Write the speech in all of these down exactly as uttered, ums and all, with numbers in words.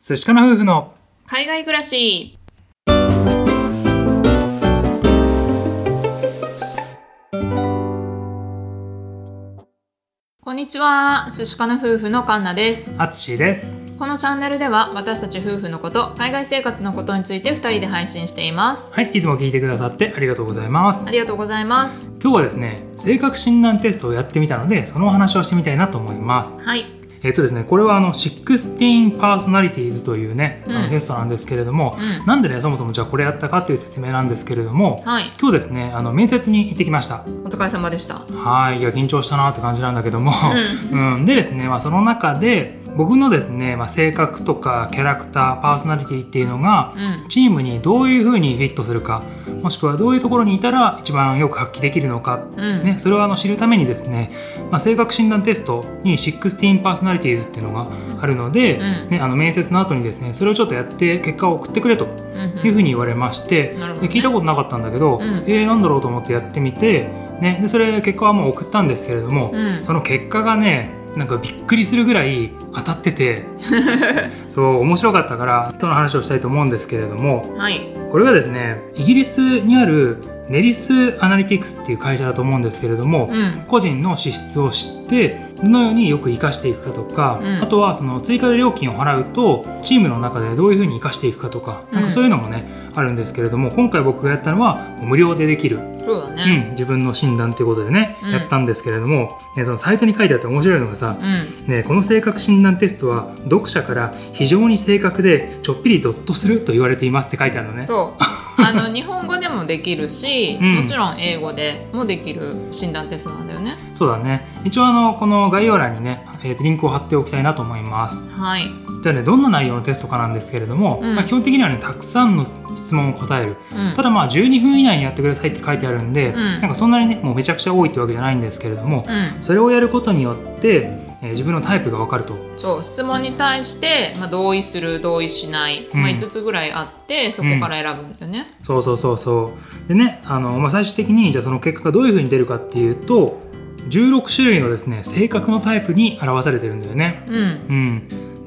寿司かな夫婦の海外暮らし。こんにちは、寿司かな夫婦のカンナです。 あつしです。 このチャンネルでは私たち夫婦のこと、海外生活のことについてふたりで配信しています。 はい、いつも聞いてくださってありがとうございます。 ありがとうございます。 今日はですね、性格診断テストをやってみたので、そのお話をしてみたいなと思います。 はい。 えっとですね、これはあのじゅうろく Personalities というね、うん、あのテストなんですけれども、うん、なんでねそもそもじゃあこれやったかという説明なんですけれども、はい、今日ですねあの面接に行ってきました。 お疲れ様でした。 はい、いや緊張したなって感じなんだけども、うんうん、でですね、まあ、その中で僕のですね、まあ、性格とかキャラクターパーソナリティっていうのが、うん、チームにどういうふうにフィットするか、もしくはどういうところにいたら一番よく発揮できるのか、うんね、それをあの知るためにですね、まあ、性格診断テストにじゅうろく Personalities っていうのがあるので、うんね、あの面接の後にですねそれをちょっとやって結果を送ってくれというふうに言われまして、うんうん、で聞いたことなかったんだけど、うん、えー、なんだろうと思ってやってみて、ね、でそれ結果はもう送ったんですけれども、うん、その結果がねなんかびっくりするぐらい当たっててそう面白かったからその話をしたいと思うんですけれども、はい、これがですねイギリスにあるネリスアナリティクスっていう会社だと思うんですけれども、うん、個人の資質を知ってどのようによく活かしていくかとか、うん、あとはその追加で料金を払うとチームの中でどういうふうに活かしていくかとか、うん、なんかそういうのもねあるんですけれども、今回僕がやったのは無料でできる、 そうだね、 うん、自分の診断ということでね、うん、やったんですけれども、ね、そのサイトに書いてあって面白いのがさ、うんね、この性格診断テストは読者から非常に正確でちょっぴりゾッとすると言われていますって書いてあるのね。 そうあの日本語でもできるし、うん、もちろん英語でもできる診断テストなんだよね。 そうだね。一応あのこの概要欄にね、えー、リンクを貼っておきたいなと思います。 はい。 じゃあね、どんな内容のテストかなんですけれども、うんまあ、基本的にはねたくさんの質問を答える、うん、ただまあじゅうにふん以内にやってくださいって書いてあるんで、うん、なんかそんなにねもうめちゃくちゃ多いってわけじゃないんですけれども、うん、それをやることによってえー、自分のタイプが分かると。 そう、質問に対して、まあ、同意する同意しない、うんまあ、いつつぐらいあってそこから選ぶんだよね、 うん、そうそうそうそうでねあの、まあ、最終的にじゃあその結果がどういうふうに出るかっていうとじゅうろくしゅるいのですね性格のタイプに表されてるんだよね、うんうん、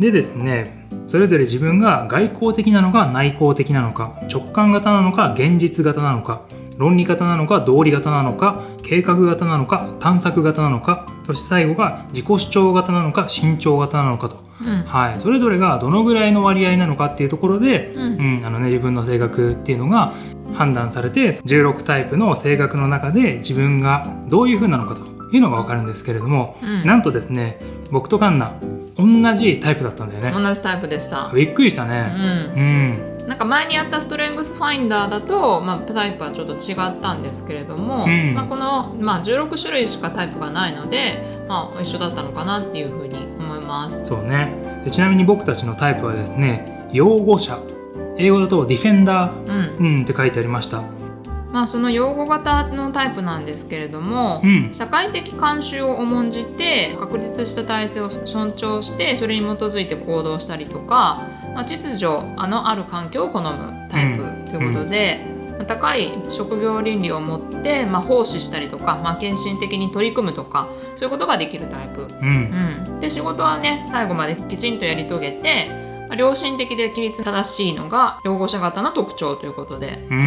でですねそれぞれ自分が外向的なのか内向的なのか直感型なのか現実型なのか論理型なのか道理型なのか計画型なのか探索型なのか、そして最後が自己主張型なのか慎重型なのかと、うんはい、それぞれがどのぐらいの割合なのかっていうところで、うんうんあのね、自分の性格っていうのが判断されてじゅうろくタイプの性格の中で自分がどういう風なのかというのが分かるんですけれども、うん、なんとですね僕とカンナ同じタイプだったんだよね。 同じタイプでした。 びっくりしたね。うん、うんなんか前にやったストレングスファインダーだと、まあ、タイプはちょっと違ったんですけれども、うんまあ、この、まあ、じゅうろくしゅるいしかタイプがないので、まあ、一緒だったのかなっていうふうに思います。 そうね。でちなみに僕たちのタイプはですね擁護者、英語だとディフェンダー、うんうん、って書いてありました。 まあ、その擁護型のタイプなんですけれども、うん、社会的慣習を重んじて確立した体制を尊重してそれに基づいて行動したりとか、まあ、秩序のある環境を好むタイプということで、うんうん、高い職業倫理を持って、まあ、奉仕したりとか、まあ、献身的に取り組むとかそういうことができるタイプ、うんうん、で仕事はね最後まできちんとやり遂げて良心的で規律正しいのが擁護者型の特徴ということで、うんうん、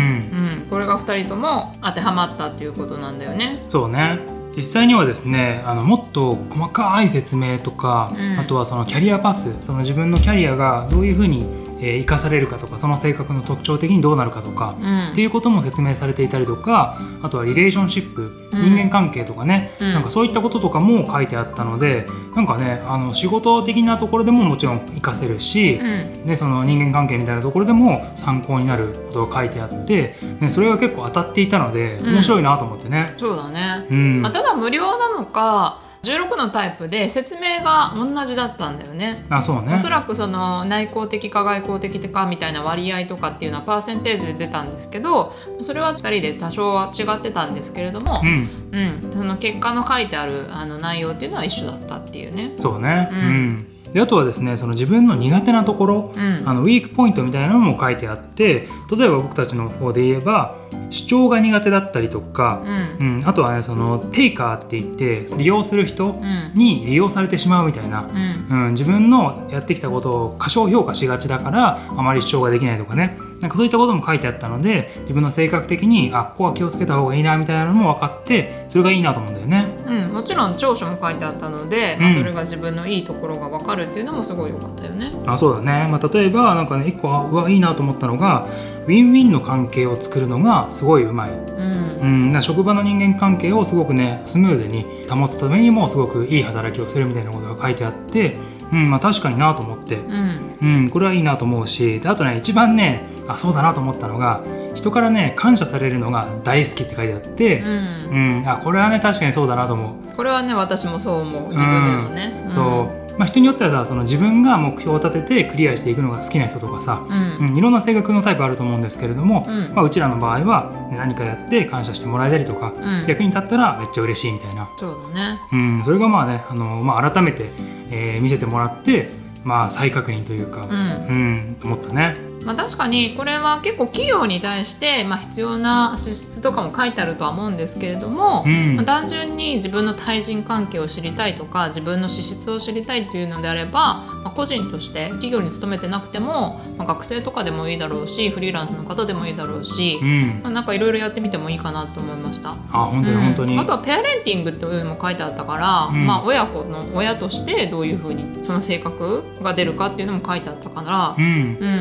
これがふたりとも当てはまったということなんだよね。 そうね。実際にはですねあのもっと細かい説明とか、うん、あとはそのキャリアパス、その自分のキャリアがどういうふうにえー、生かされるかとかその性格の特徴的にどうなるかとか、うん、っていうことも説明されていたりとか、あとはリレーションシップ、うん、人間関係とかね、うん、なんかそういったこととかも書いてあったので、なんかねあの仕事的なところでももちろん活かせるし、うん、でその人間関係みたいなところでも参考になることが書いてあって、ね、それが結構当たっていたので面白いなと思ってね、 うん、そうだね、うんまあ、ただ無料なのかじゅうろくのタイプで説明が同じだったんだよね。 あ、そうね。 おそらくその内向的か外向的かみたいな割合とかっていうのはパーセンテージで出たんですけど、それはふたりで多少は違ってたんですけれども、うんうん、その結果の書いてあるあの内容っていうのは一緒だったっていうね。 そうね、うんうんであとはですね、その自分の苦手なところ、うん、あのウィークポイントみたいなのも書いてあって、例えば僕たちの方で言えば主張が苦手だったりとか、うんうん、あとはね、そのテイカーって言って利用する人に利用されてしまうみたいな、うんうん、自分のやってきたことを過小評価しがちだからあまり主張ができないとかね、なんかそういったことも書いてあったので、自分の性格的にあここは気をつけた方がいいなみたいなのも分かって、それがいいなと思うんだよね。 うん、もちろん長所も書いてあったので、うんまあ、それが自分のいいところが分かるっていうのもすごい良かったよね。 あ、そうだね、まあ、例えばなんかね、一個うわいいなと思ったのが、ウィンウィンの関係を作るのがすごいうまい、うんうん、職場の人間関係をすごくねスムーズに保つためにもすごくいい働きをするみたいなことが書いてあって、うんまあ、確かになと思って、うんうん、これはいいなと思うし、であとね、一番ねあそうだなと思ったのが、人からね感謝されるのが大好きって書いてあって、うんうん、あこれはね確かにそうだなと思う。 これはね私もそう思う、自分でもね、 うん、そうまあ、人によってはさ、その自分が目標を立ててクリアしていくのが好きな人とかさ、うんうん、いろんな性格のタイプあると思うんですけれども、うんまあ、うちらの場合は何かやって感謝してもらえたりとか、うん、役に立ったらめっちゃ嬉しいみたいな、 そうだね、 うん、それがまあね、あの、まあ、改めて、えー、見せてもらって、まあ、再確認というか、うんうん、と思ったね。 まあ、確かにこれは結構企業に対して、まあ、必要な資質とかも書いてあるとは思うんですけれども、うんまあ、単純に自分の対人関係を知りたいとか自分の資質を知りたいというのであれば、まあ、個人として企業に勤めてなくても、まあ、学生とかでもいいだろうし、フリーランスの方でもいいだろうし、うんまあ、なんかいろいろやってみてもいいかなと思いました。 あ、本当に本当に、 うん、あとはペアレンティングっていうのも書いてあったから、うんまあ、親子の親としてどういうふうにその性格が出るかっていうのも書いてあったから、うんうん、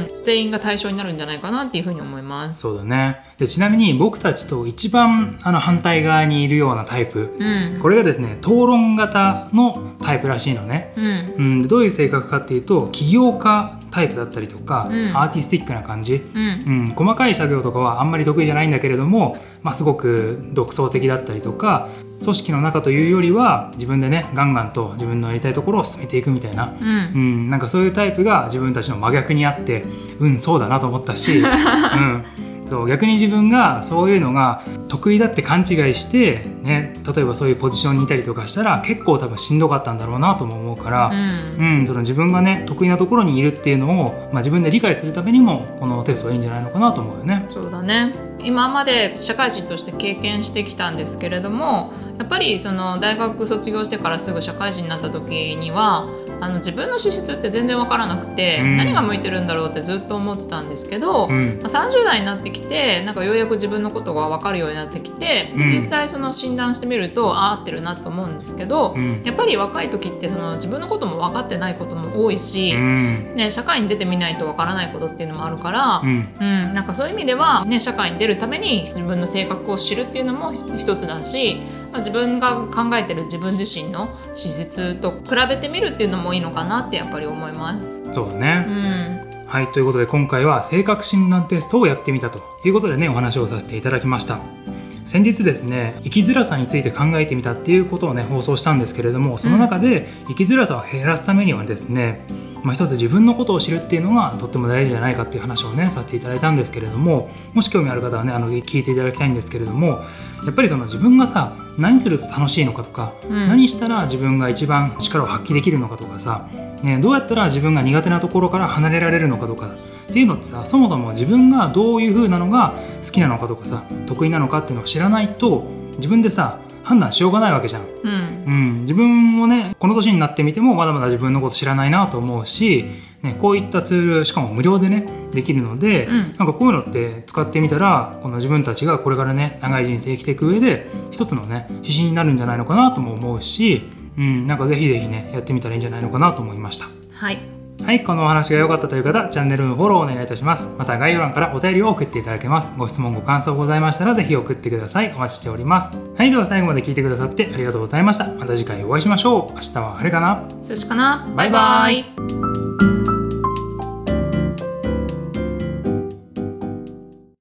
全員が対象になるんじゃないかなっていうふうに思います。 そうだね。でちなみに僕たちと一番あの反対側にいるようなタイプ、うん、これがですね討論型のタイプらしいのね、うんうん、でどういう性格かっていうと、起業家タイプだったりとか、うん、アーティスティックな感じ、うんうん、細かい作業とかはあんまり得意じゃないんだけれども、まあ、すごく独創的だったりとか、組織の中というよりは自分でねガンガンと自分のやりたいところを進めていくみたいな、うんうん、なんかそういうタイプが自分たちの真逆にあって、うんそうだなと思ったし、うんそう逆に自分がそういうのが得意だって勘違いして、ね、例えばそういうポジションにいたりとかしたら結構多分しんどかったんだろうなとも思うから、うんうん、その自分がね得意なところにいるっていうのを、まあ、自分で理解するためにもこのテストはいいんじゃないのかなと思うよね。 そうだね。今まで社会人として経験してきたんですけれども、やっぱりその大学卒業してからすぐ社会人になった時にはあの自分の資質って全然分からなくて、うん、何が向いてるんだろうってずっと思ってたんですけど、うんまあ、さんじゅう代になってきてなんかようやく自分のことが分かるようになってきて、で実際その診断してみるとあ合ってるなと思うんですけど、うん、やっぱり若い時ってその自分のことも分かってないことも多いし、うんね、社会に出てみないと分からないことっていうのもあるから、うんうん、なんかそういう意味では、ね、社会に出るために自分の性格を知るっていうのも一つだし、まあ、自分が考えてる自分自身の資質と比べてみるっていうのもいいのかなってやっぱり思います。 そうだね、うんはい、ということで今回は性格診断テストをやってみたということでねお話をさせていただきました。先日ですね生きづらさについて考えてみたっていうことをね放送したんですけれども、その中で生きづらさを減らすためにはですね、まあ、一つ自分のことを知るっていうのがとっても大事じゃないかっていう話をねさせていただいたんですけれども、もし興味ある方はねあの聞いていただきたいんですけれども、やっぱりその自分がさ何すると楽しいのかとか、うん、何したら自分が一番力を発揮できるのかとかさ、ね、どうやったら自分が苦手なところから離れられるのかとかっていうのってさ、そもそも自分がどういう風なのが好きなのかとかさ得意なのかっていうのを知らないと自分でさ判断しようがないわけじゃん、うんうん、自分もねこの年になってみてもまだまだ自分のこと知らないなと思うし、ね、こういったツールしかも無料でねできるので、うん、なんかこういうのって使ってみたらこの自分たちがこれからね長い人生生きていく上で一つのね指針になるんじゃないのかなとも思うし、うん、なんかぜひぜひねやってみたらいいんじゃないのかなと思いました。 はいはい、このお話が良かったという方、チャンネルのフォローをお願いいたします。また概要欄からお便りを送っていただけます。ご質問ご感想ございましたらぜひ送ってください。お待ちしております。はい、では最後まで聞いてくださってありがとうございました。また次回お会いしましょう。明日は晴れかな？ 寿司かな？バイバイ。